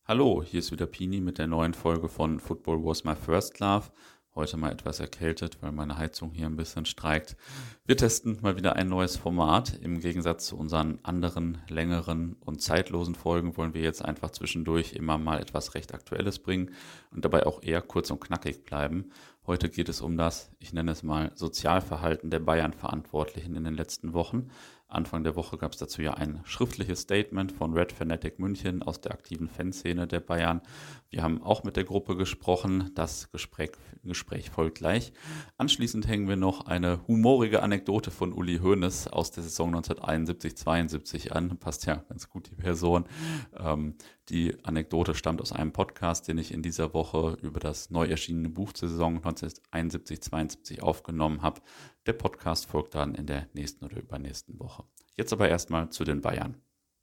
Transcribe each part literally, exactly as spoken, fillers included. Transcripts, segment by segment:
Hallo, hier ist wieder Pini mit der neuen Folge von Football Was My First Love. Heute mal etwas erkältet, weil meine Heizung hier ein bisschen streikt. Wir testen mal wieder ein neues Format. Im Gegensatz zu unseren anderen, längeren und zeitlosen Folgen wollen wir jetzt einfach zwischendurch immer mal etwas recht Aktuelles bringen und dabei auch eher kurz und knackig bleiben. Heute geht es um das, ich nenne es mal, Sozialverhalten der Bayern-Verantwortlichen in den letzten Wochen. Anfang der Woche gab es dazu ja ein schriftliches Statement von Red Fanatic München aus der aktiven Fanszene der Bayern. Wir haben auch mit der Gruppe gesprochen. Das Gespräch, Gespräch folgt gleich. Anschließend hängen wir noch eine humorige Anekdote von Uli Hoeneß aus der Saison neunzehnhunderteinundsiebzig zweiundsiebzig an. Passt ja ganz gut die Person. Ähm, die Anekdote stammt aus einem Podcast, den ich in dieser Woche über das neu erschienene Buch zur Saison neunzehnhunderteinundsiebzig zweiundsiebzig aufgenommen habe. Der Podcast folgt dann in der nächsten oder übernächsten Woche. Jetzt aber erstmal zu den Bayern.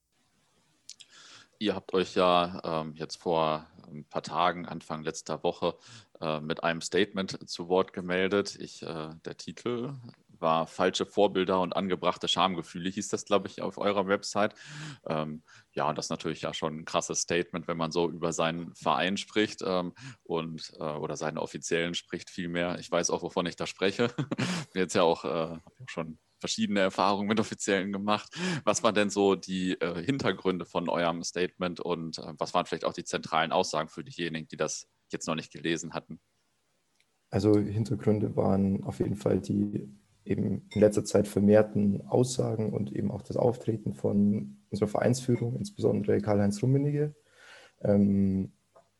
Ihr habt euch ja ähm, jetzt vor ein paar Tagen, Anfang letzter Woche, äh, mit einem Statement zu Wort gemeldet. Ich, äh, der Titel war Falsche Vorbilder und angebrachte Schamgefühle, hieß das, glaube ich, auf eurer Website. Ähm, ja, und das ist natürlich ja schon ein krasses Statement, wenn man so über seinen Verein spricht ähm, und äh, oder seinen Offiziellen spricht vielmehr. Ich weiß auch, wovon ich da spreche. Bin jetzt ja auch, äh, schon verschiedene Erfahrungen mit Offiziellen gemacht. Was waren denn so die äh, Hintergründe von eurem Statement und äh, was waren vielleicht auch die zentralen Aussagen für diejenigen, die das jetzt noch nicht gelesen hatten? Also Hintergründe waren auf jeden Fall die eben in letzter Zeit vermehrten Aussagen und eben auch das Auftreten von unserer Vereinsführung, insbesondere Karl-Heinz Rummenigge. Ähm,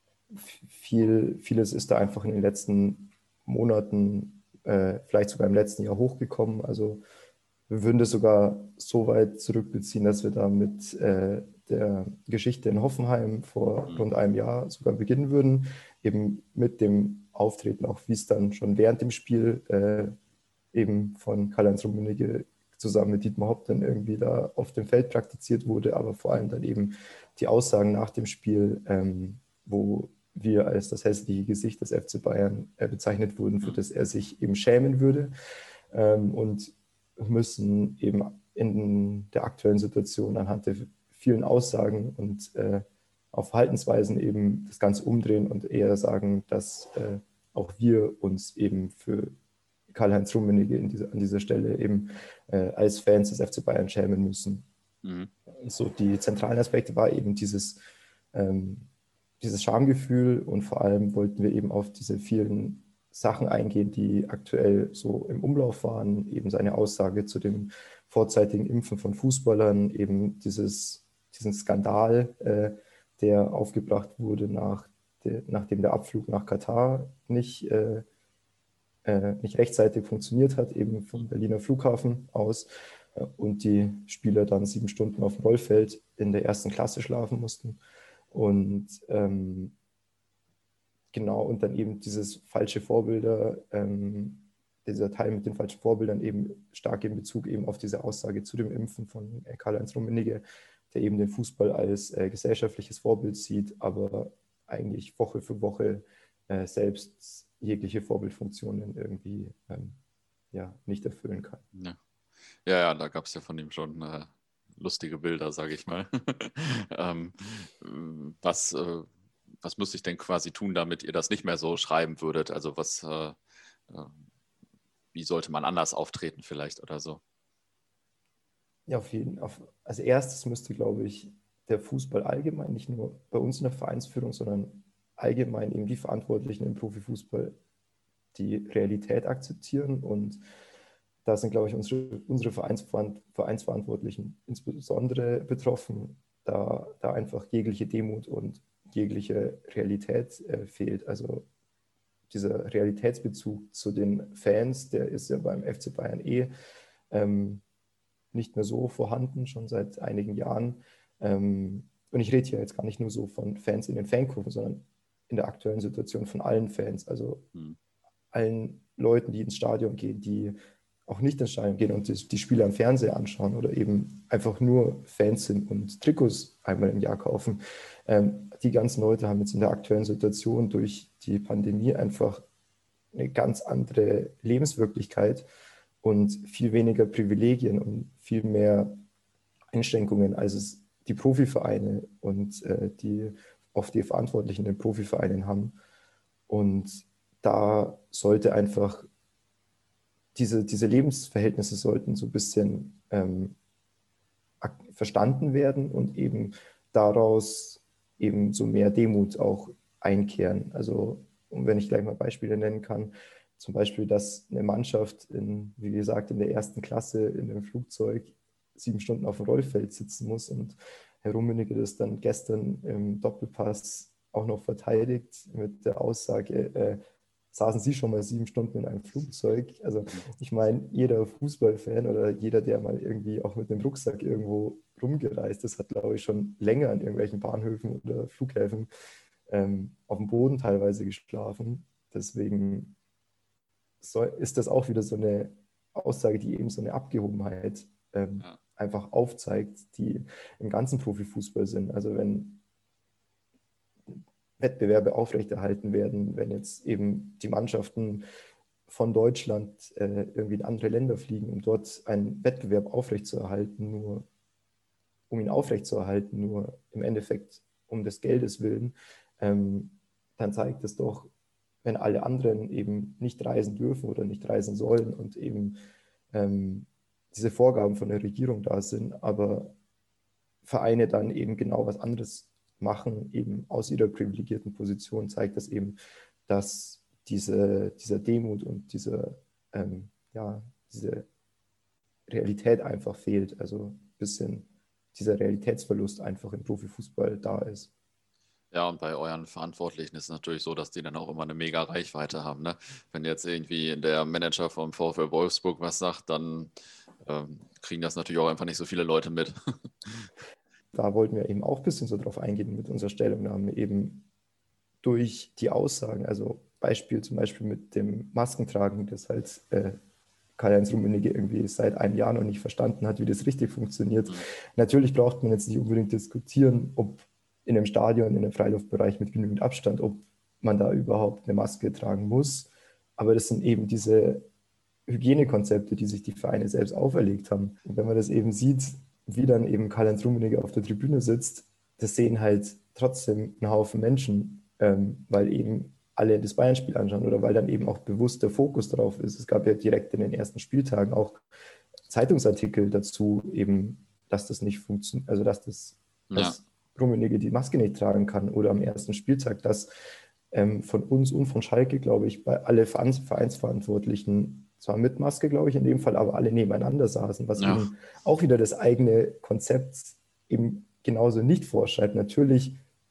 viel, vieles ist da einfach in den letzten Monaten, äh, vielleicht sogar im letzten Jahr hochgekommen. Also wir würden das sogar so weit zurückbeziehen, dass wir da mit äh, der Geschichte in Hoffenheim vor rund einem Jahr sogar beginnen würden, eben mit dem Auftreten, auch wie es dann schon während dem Spiel äh, eben von Karl-Heinz Rummenigge zusammen mit Dietmar Hopp dann irgendwie da auf dem Feld praktiziert wurde, aber vor allem dann eben die Aussagen nach dem Spiel, ähm, wo wir als das hässliche Gesicht des F C Bayern äh, bezeichnet wurden, für das er sich eben schämen würde. Ähm, und müssen eben in der aktuellen Situation anhand der vielen Aussagen und äh, auf Verhaltensweisen eben das Ganze umdrehen und eher sagen, dass äh, auch wir uns eben für Karl-Heinz Rummenigge in diese, an dieser Stelle eben äh, als Fans des F C Bayern schämen müssen. Mhm. So die zentralen Aspekte war eben dieses, ähm, dieses Schamgefühl und vor allem wollten wir eben auf diese vielen Sachen eingehen, die aktuell so im Umlauf waren, eben seine Aussage zu dem vorzeitigen Impfen von Fußballern, eben dieses, diesen Skandal, äh, der aufgebracht wurde, nach de, nachdem der Abflug nach Katar nicht, äh, äh, nicht rechtzeitig funktioniert hat, eben vom Berliner Flughafen aus äh, und die Spieler dann sieben Stunden auf dem Rollfeld in der ersten Klasse schlafen mussten. Und ähm, Genau, und dann eben dieses falsche Vorbilder, ähm, dieser Teil mit den falschen Vorbildern eben stark in Bezug eben auf diese Aussage zu dem Impfen von äh, Karl-Heinz Rummenigge, der eben den Fußball als äh, gesellschaftliches Vorbild sieht, aber eigentlich Woche für Woche äh, selbst jegliche Vorbildfunktionen irgendwie ähm, ja, nicht erfüllen kann. Ja, ja, ja, da gab es ja von ihm schon äh, lustige Bilder, sage ich mal. ähm, was... Äh, Was müsste ich denn quasi tun, damit ihr das nicht mehr so schreiben würdet? Also was, äh, äh, wie sollte man anders auftreten vielleicht oder so? Ja, auf jeden Fall. Als erstes müsste, glaube ich, der Fußball allgemein, nicht nur bei uns in der Vereinsführung, sondern allgemein eben die Verantwortlichen im Profifußball die Realität akzeptieren. Und da sind, glaube ich, unsere, unsere Vereinsverantwortlichen insbesondere betroffen, da, da einfach jegliche Demut und jegliche Realität äh, fehlt. Also dieser Realitätsbezug zu den Fans, der ist ja beim F C Bayern eh ähm, nicht mehr so vorhanden, schon seit einigen Jahren. Ähm, und ich rede hier jetzt gar nicht nur so von Fans in den Fankurven, sondern in der aktuellen Situation von allen Fans, also hm. allen Leuten, die ins Stadion gehen, die auch nicht ins Stadion gehen und die, die Spiele am Fernseher anschauen oder eben einfach nur Fans sind und Trikots einmal im Jahr kaufen. Ähm, die ganzen Leute haben jetzt in der aktuellen Situation durch die Pandemie einfach eine ganz andere Lebenswirklichkeit und viel weniger Privilegien und viel mehr Einschränkungen, als es die Profivereine und äh, die oft die Verantwortlichen in den Profivereinen haben. Und da sollte einfach diese, diese Lebensverhältnisse sollten so ein bisschen ähm, verstanden werden und eben daraus eben so mehr Demut auch einkehren. Also, und wenn ich gleich mal Beispiele nennen kann, zum Beispiel, dass eine Mannschaft, in, wie gesagt, in der ersten Klasse in einem Flugzeug sieben Stunden auf dem Rollfeld sitzen muss und Herr Rummenigge das dann gestern im Doppelpass auch noch verteidigt mit der Aussage, äh, saßen Sie schon mal sieben Stunden in einem Flugzeug? Also ich meine, jeder Fußballfan oder jeder, der mal irgendwie auch mit einem Rucksack irgendwo rumgereist ist, hat, glaube ich, schon länger an irgendwelchen Bahnhöfen oder Flughäfen ähm, auf dem Boden teilweise geschlafen. Deswegen soll, ist das auch wieder so eine Aussage, die eben so eine Abgehobenheit ähm, Ja. einfach aufzeigt, die im ganzen Profifußball sind. Also wenn Wettbewerbe aufrechterhalten werden, wenn jetzt eben die Mannschaften von Deutschland äh, irgendwie in andere Länder fliegen, um dort einen Wettbewerb aufrechtzuerhalten, nur um ihn aufrechtzuerhalten, nur im Endeffekt um des Geldes willen, ähm, dann zeigt es doch, wenn alle anderen eben nicht reisen dürfen oder nicht reisen sollen und eben ähm, diese Vorgaben von der Regierung da sind, aber Vereine dann eben genau was anderes machen, eben aus ihrer privilegierten Position, zeigt das eben, dass diese, dieser Demut und diese, ähm, ja, diese Realität einfach fehlt. Also ein bisschen dieser Realitätsverlust einfach im Profifußball da ist. Ja, und bei euren Verantwortlichen ist es natürlich so, dass die dann auch immer eine mega Reichweite haben. Ne? Wenn jetzt irgendwie der Manager vom VfL Wolfsburg was sagt, dann ähm, kriegen das natürlich auch einfach nicht so viele Leute mit. Da wollten wir eben auch ein bisschen so drauf eingehen mit unserer Stellungnahme, eben durch die Aussagen, also Beispiel zum Beispiel mit dem Maskentragen, das halt äh, Karl-Heinz Rummenigge irgendwie seit einem Jahr noch nicht verstanden hat, wie das richtig funktioniert. Mhm. Natürlich braucht man jetzt nicht unbedingt diskutieren, ob in einem Stadion, in einem Freiluftbereich mit genügend Abstand, ob man da überhaupt eine Maske tragen muss. Aber das sind eben diese Hygienekonzepte, die sich die Vereine selbst auferlegt haben. Und wenn man das eben sieht, wie dann eben Karl-Heinz Rummenigge auf der Tribüne sitzt, das sehen halt trotzdem einen Haufen Menschen, ähm, weil eben alle das Bayern-Spiel anschauen oder weil dann eben auch bewusst der Fokus drauf ist. Es gab ja direkt in den ersten Spieltagen auch Zeitungsartikel dazu, eben, dass das nicht funktioniert, also dass das, Ja. dass Rummenigge die Maske nicht tragen kann oder am ersten Spieltag, dass ähm, von uns und von Schalke, glaube ich, bei alle Vereinsverantwortlichen zwar mit Maske, glaube ich, in dem Fall, aber alle nebeneinander saßen, was ja. eben auch wieder das eigene Konzept eben genauso nicht vorschreibt. Natürlich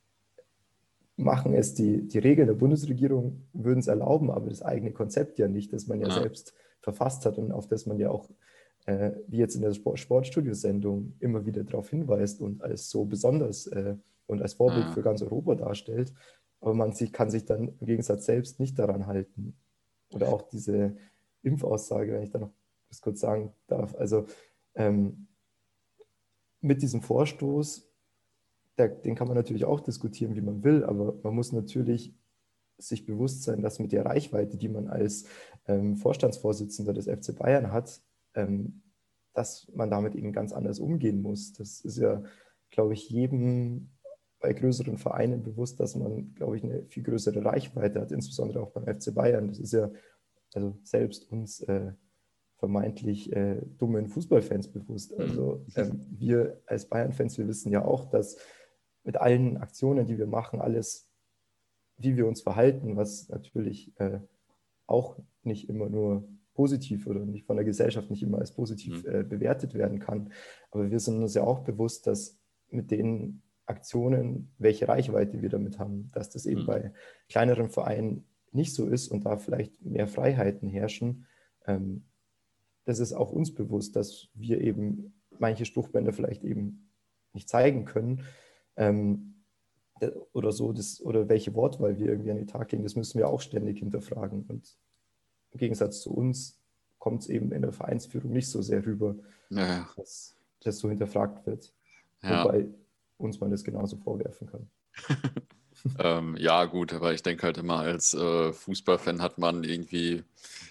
machen es die, die Regeln der Bundesregierung, würden es erlauben, aber das eigene Konzept ja nicht, das man ja, ja. selbst verfasst hat und auf das man ja auch, äh, wie jetzt in der Sport Sportstudiosendung, immer wieder darauf hinweist und als so besonders äh, und als Vorbild ja. für ganz Europa darstellt. Aber man sich, kann sich dann im Gegensatz selbst nicht daran halten. Oder auch diese Impfaussage, wenn ich da noch das kurz sagen darf. Also ähm, mit diesem Vorstoß, der, den kann man natürlich auch diskutieren, wie man will, aber man muss natürlich sich bewusst sein, dass mit der Reichweite, die man als ähm, Vorstandsvorsitzender des F C Bayern hat, ähm, dass man damit eben ganz anders umgehen muss. Das ist ja, glaube ich, jedem bei größeren Vereinen bewusst, dass man, glaube ich, eine viel größere Reichweite hat, insbesondere auch beim F C Bayern. Das ist ja also selbst uns äh, vermeintlich äh, dummen Fußballfans bewusst. Also ähm, wir als Bayern-Fans, wir wissen ja auch, dass mit allen Aktionen, die wir machen, alles, wie wir uns verhalten, was natürlich äh, auch nicht immer nur positiv oder nicht von der Gesellschaft nicht immer als positiv äh, bewertet werden kann. Aber wir sind uns ja auch bewusst, dass mit den Aktionen, welche Reichweite wir damit haben, dass das eben mhm. bei kleineren Vereinen nicht so ist und da vielleicht mehr Freiheiten herrschen. Ähm, das ist auch uns bewusst, dass wir eben manche Spruchbänder vielleicht eben nicht zeigen können ähm, oder so, das, oder welche Wortwahl wir irgendwie an den Tag legen, das müssen wir auch ständig hinterfragen. Und im Gegensatz zu uns kommt es eben in der Vereinsführung nicht so sehr rüber, ja, ja. dass das so hinterfragt wird. Ja. Wobei uns man das genauso vorwerfen kann. ähm, ja, gut, aber ich denke halt immer, als äh, Fußballfan hat man irgendwie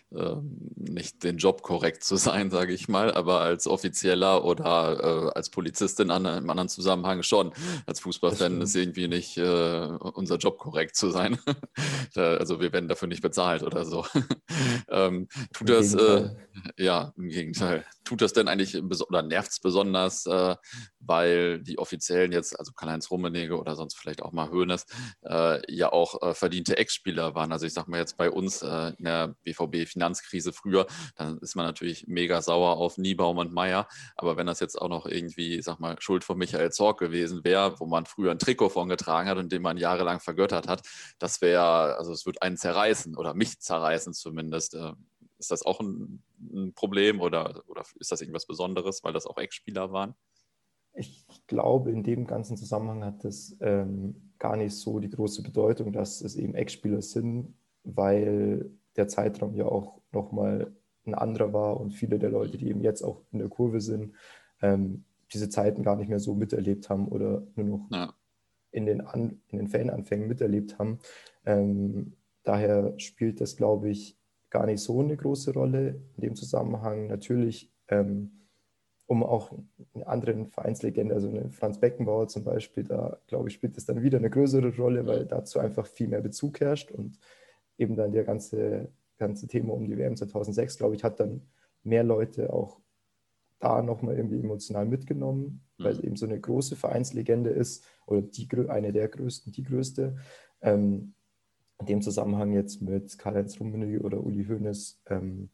äh, nicht den Job korrekt zu sein, sage ich mal, aber als Offizieller oder äh, als Polizist in einem anderen Zusammenhang schon. Als Fußballfan ist irgendwie nicht äh, unser Job korrekt zu sein. da, also wir werden dafür nicht bezahlt oder so. ähm, tut Im das, äh, Gegenteil. ja, im Gegenteil. Tut das denn eigentlich oder nervt es besonders, äh, weil die Offiziellen jetzt, also Karl-Heinz Rummenigge oder sonst vielleicht auch mal Hoeneß, äh, ja auch äh, verdiente Ex-Spieler waren. Also ich sag mal jetzt bei uns äh, in der B V B-Finanzkrise früher, dann ist man natürlich mega sauer auf Niebaum und Meier. Aber wenn das jetzt auch noch irgendwie, ich sag mal, Schuld von Michael Zorc gewesen wäre, wo man früher ein Trikot von getragen hat und den man jahrelang vergöttert hat, das wäre, also es wird einen zerreißen oder mich zerreißen zumindest. Äh, Ist das auch ein, ein Problem oder, oder ist das irgendwas Besonderes, weil das auch Ex-Spieler waren? Ich glaube, in dem ganzen Zusammenhang hat das ähm, gar nicht so die große Bedeutung, dass es eben Ex-Spieler sind, weil der Zeitraum ja auch nochmal ein anderer war und viele der Leute, die eben jetzt auch in der Kurve sind, ähm, diese Zeiten gar nicht mehr so miterlebt haben oder nur noch Ja. in den, An in den Fananfängen miterlebt haben. Ähm, daher spielt das, glaube ich, gar nicht so eine große Rolle in dem Zusammenhang. Natürlich, ähm, um auch eine anderen Vereinslegende, also eine Franz Beckenbauer zum Beispiel, da glaube ich, spielt das dann wieder eine größere Rolle, weil dazu einfach viel mehr Bezug herrscht und eben dann der ganze, ganze Thema um die W M zweitausendsechs, glaube ich, hat dann mehr Leute auch da nochmal irgendwie emotional mitgenommen, weil es eben so eine große Vereinslegende ist oder die, eine der größten, die größte. Ähm, in dem Zusammenhang jetzt mit Karl-Heinz Rummenigge oder Uli Hoeneß ähm,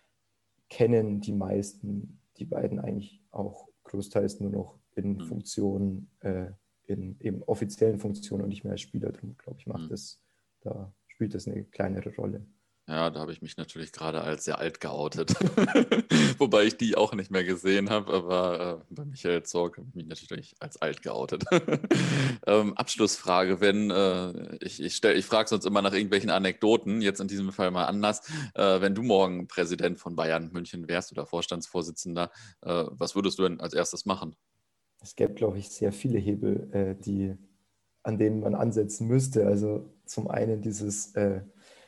kennen die meisten die beiden eigentlich auch großteils nur noch in Mhm. Funktionen, äh, in eben offiziellen Funktionen und nicht mehr als Spieler. Darum, glaube ich, macht Mhm. das, da spielt das eine kleinere Rolle. Ja, da habe ich mich natürlich gerade als sehr alt geoutet. Wobei ich die auch nicht mehr gesehen habe, aber äh, bei Michael Zorc habe ich mich natürlich als alt geoutet. ähm, Abschlussfrage, wenn äh, ich, ich, stell- ich frage sonst immer nach irgendwelchen Anekdoten, jetzt in diesem Fall mal anders. Äh, wenn du morgen Präsident von Bayern München wärst oder Vorstandsvorsitzender, äh, was würdest du denn als erstes machen? Es gäbe, glaube ich, sehr viele Hebel, äh, die, an denen man ansetzen müsste. Also zum einen dieses äh,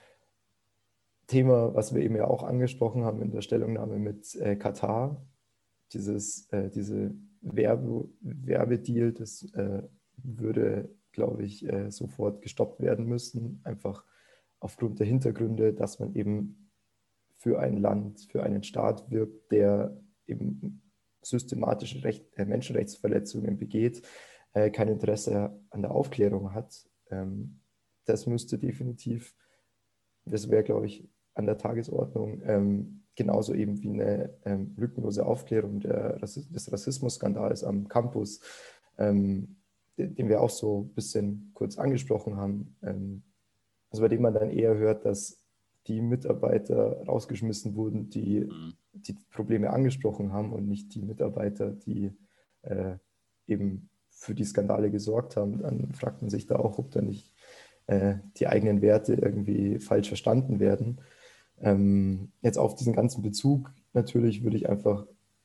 Thema, was wir eben ja auch angesprochen haben in der Stellungnahme mit äh, Katar, dieses, äh, diese Werbe, Werbedeal, das äh, würde, glaube ich, äh, sofort gestoppt werden müssen, einfach aufgrund der Hintergründe, dass man eben für ein Land, für einen Staat wirbt, der eben systematische Recht, äh, Menschenrechtsverletzungen begeht, äh, kein Interesse an der Aufklärung hat. Ähm, das müsste definitiv, das wäre, glaube ich, an der Tagesordnung, ähm, genauso eben wie eine ähm, lückenlose Aufklärung der, des Rassismusskandals am Campus, ähm, den, den wir auch so ein bisschen kurz angesprochen haben. Ähm, also bei dem man dann eher hört, dass die Mitarbeiter rausgeschmissen wurden, die Mhm. die Probleme angesprochen haben und nicht die Mitarbeiter, die äh, eben für die Skandale gesorgt haben. Dann fragt man sich da auch, ob da nicht äh, die eigenen Werte irgendwie falsch verstanden werden. Ähm, jetzt auf diesen ganzen Bezug natürlich würde ich einfach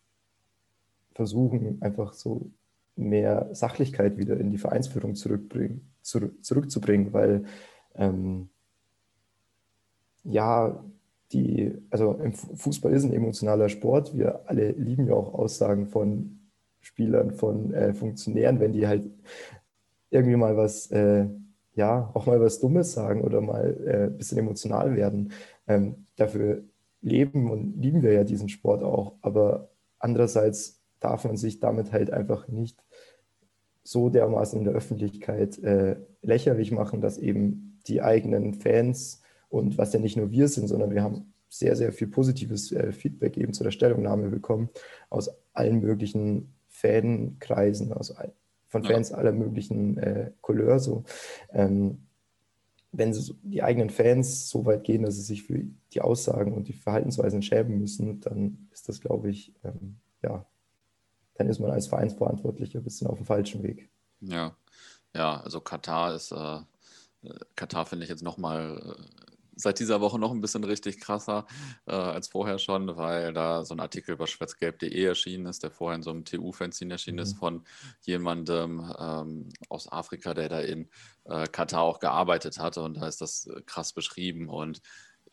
versuchen, einfach so mehr Sachlichkeit wieder in die Vereinsführung zurückbringen, zurück, zurückzubringen, weil ähm, ja, die, also im Fußball ist ein emotionaler Sport. Wir alle lieben ja auch Aussagen von Spielern, von äh, Funktionären, wenn die halt irgendwie mal was, äh, ja, auch mal was Dummes sagen oder mal äh, ein bisschen emotional werden. Ähm, dafür leben und lieben wir ja diesen Sport auch. Aber andererseits darf man sich damit halt einfach nicht so dermaßen in der Öffentlichkeit äh, lächerlich machen, dass eben die eigenen Fans und was ja nicht nur wir sind, sondern wir haben sehr, sehr viel positives äh, Feedback eben zu der Stellungnahme bekommen aus allen möglichen Fankreisen, aus, von Ja. Fans aller möglichen äh, Couleur. So. Ähm, wenn so die eigenen Fans so weit gehen, dass sie sich für die Aussagen und die Verhaltensweisen schämen müssen, dann ist das, glaube ich, ähm, ja, dann ist man als Vereinsverantwortlicher ein bisschen auf dem falschen Weg. Ja, ja, also Katar ist, äh, Katar finde ich jetzt nochmal äh, seit dieser Woche noch ein bisschen richtig krasser äh, als vorher schon, weil da so ein Artikel über schwarzgelb punkt de erschienen ist, der vorher in so einem T U-Fanzine erschienen ist, Mhm. von jemandem ähm, aus Afrika, der da in äh, Katar auch gearbeitet hatte und da ist das äh, krass beschrieben und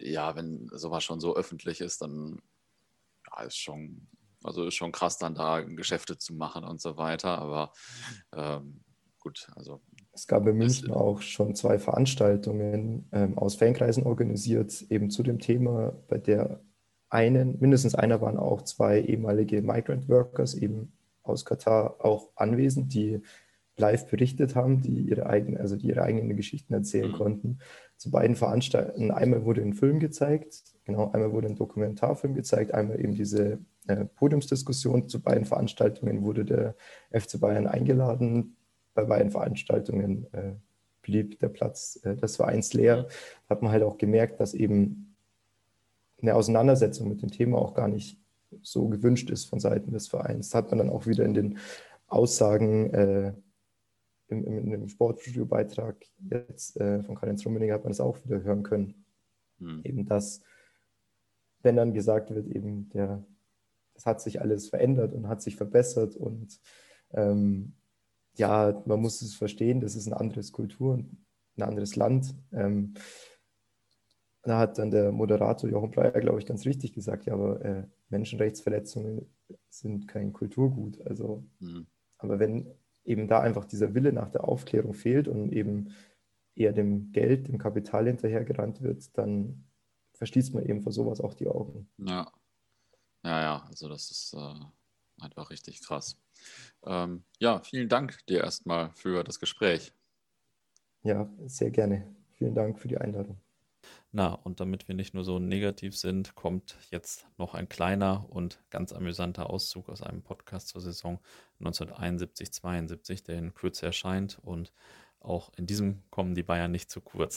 ja, wenn sowas schon so öffentlich ist, dann ja, ist schon, also ist schon krass, dann da Geschäfte zu machen und so weiter. Aber ähm, gut, also. Es gab in München auch schon zwei Veranstaltungen ähm, aus Fankreisen organisiert, eben zu dem Thema, bei der einen, mindestens einer waren auch zwei ehemalige Migrant Workers eben aus Katar auch anwesend, die live berichtet haben, die ihre eigenen, also die ihre eigenen Geschichten erzählen mhm. konnten. Zu beiden Veranstaltungen, einmal wurde ein Film gezeigt, genau, einmal wurde ein Dokumentarfilm gezeigt, einmal eben diese äh, Podiumsdiskussion. Zu beiden Veranstaltungen wurde der F C Bayern eingeladen. Bei beiden Veranstaltungen äh, blieb der Platz äh, des Vereins leer. Da hat man halt auch gemerkt, dass eben eine Auseinandersetzung mit dem Thema auch gar nicht so gewünscht ist von Seiten des Vereins. Das hat man dann auch wieder in den Aussagen äh, im, im, im Sportstudio-Beitrag jetzt äh, von Karl-Heinz Rummenigge hat man das auch wieder hören können. Hm. Eben das, wenn dann gesagt wird, eben der, das hat sich alles verändert und hat sich verbessert und ähm, ja, man muss es verstehen, das ist eine andere Kultur und ein anderes Land. Ähm, da hat dann der Moderator Jochen Breyer, glaube ich, ganz richtig gesagt, ja, aber äh, Menschenrechtsverletzungen sind kein Kulturgut. Also, mhm. aber wenn eben da einfach dieser Wille nach der Aufklärung fehlt und eben eher dem Geld, dem Kapital hinterhergerannt wird, dann verschließt man eben vor sowas auch die Augen. Ja, ja, ja, also das ist äh, einfach richtig krass. Ähm, ja, vielen Dank dir erstmal für das Gespräch. Ja, sehr gerne. Vielen Dank für die Einladung. Na, und damit wir nicht nur so negativ sind, kommt jetzt noch ein kleiner und ganz amüsanter Auszug aus einem Podcast zur Saison neunzehnhunderteinundsiebzig zweiundsiebzig, der in Kürze erscheint. Und auch in diesem kommen die Bayern nicht zu kurz.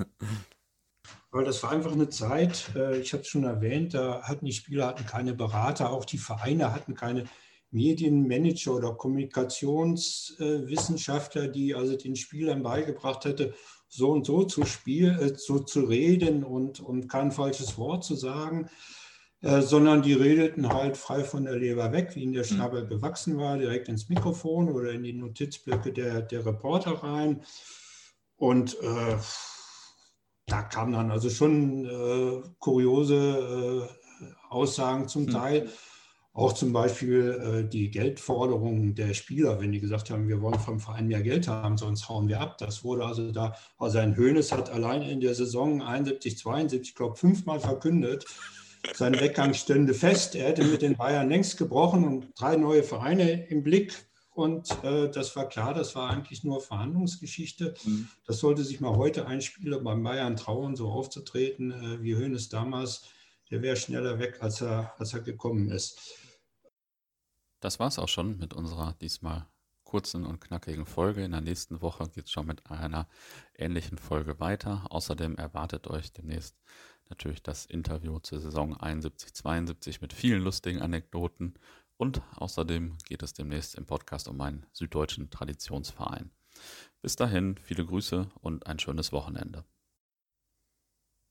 Weil das war einfach eine Zeit, ich habe es schon erwähnt, da hatten die Spieler hatten keine Berater, auch die Vereine hatten keine Medienmanager oder Kommunikationswissenschaftler, die also den Spielern beigebracht hätte, so und so zu spielen, so zu reden und, und kein falsches Wort zu sagen, äh, sondern die redeten halt frei von der Leber weg, wie ihnen der Schnabel gewachsen war, direkt ins Mikrofon oder in die Notizblöcke der, der Reporter rein. Und äh, da kamen dann also schon äh, kuriose äh, Aussagen zum Teil. Auch zum Beispiel äh, die Geldforderungen der Spieler, wenn die gesagt haben, wir wollen vom Verein mehr Geld haben, sonst hauen wir ab. Das wurde also da, also ein Hoeneß hat allein in der Saison einundsiebzig, zweiundsiebzig, ich glaube, fünfmal verkündet, sein Weggang stünde fest. Er hätte mit den Bayern längst gebrochen und drei neue Vereine im Blick. Und äh, das war klar, das war eigentlich nur Verhandlungsgeschichte. Mhm. Das sollte sich mal heute ein Spieler beim Bayern trauen, so aufzutreten äh, wie Hoeneß damals. Der wäre schneller weg, als er, als er gekommen ist. Das war's auch schon mit unserer diesmal kurzen und knackigen Folge. In der nächsten Woche geht es schon mit einer ähnlichen Folge weiter. Außerdem erwartet euch demnächst natürlich das Interview zur Saison einundsiebzig zweiundsiebzig mit vielen lustigen Anekdoten. Und außerdem geht es demnächst im Podcast um einen süddeutschen Traditionsverein. Bis dahin, viele Grüße und ein schönes Wochenende.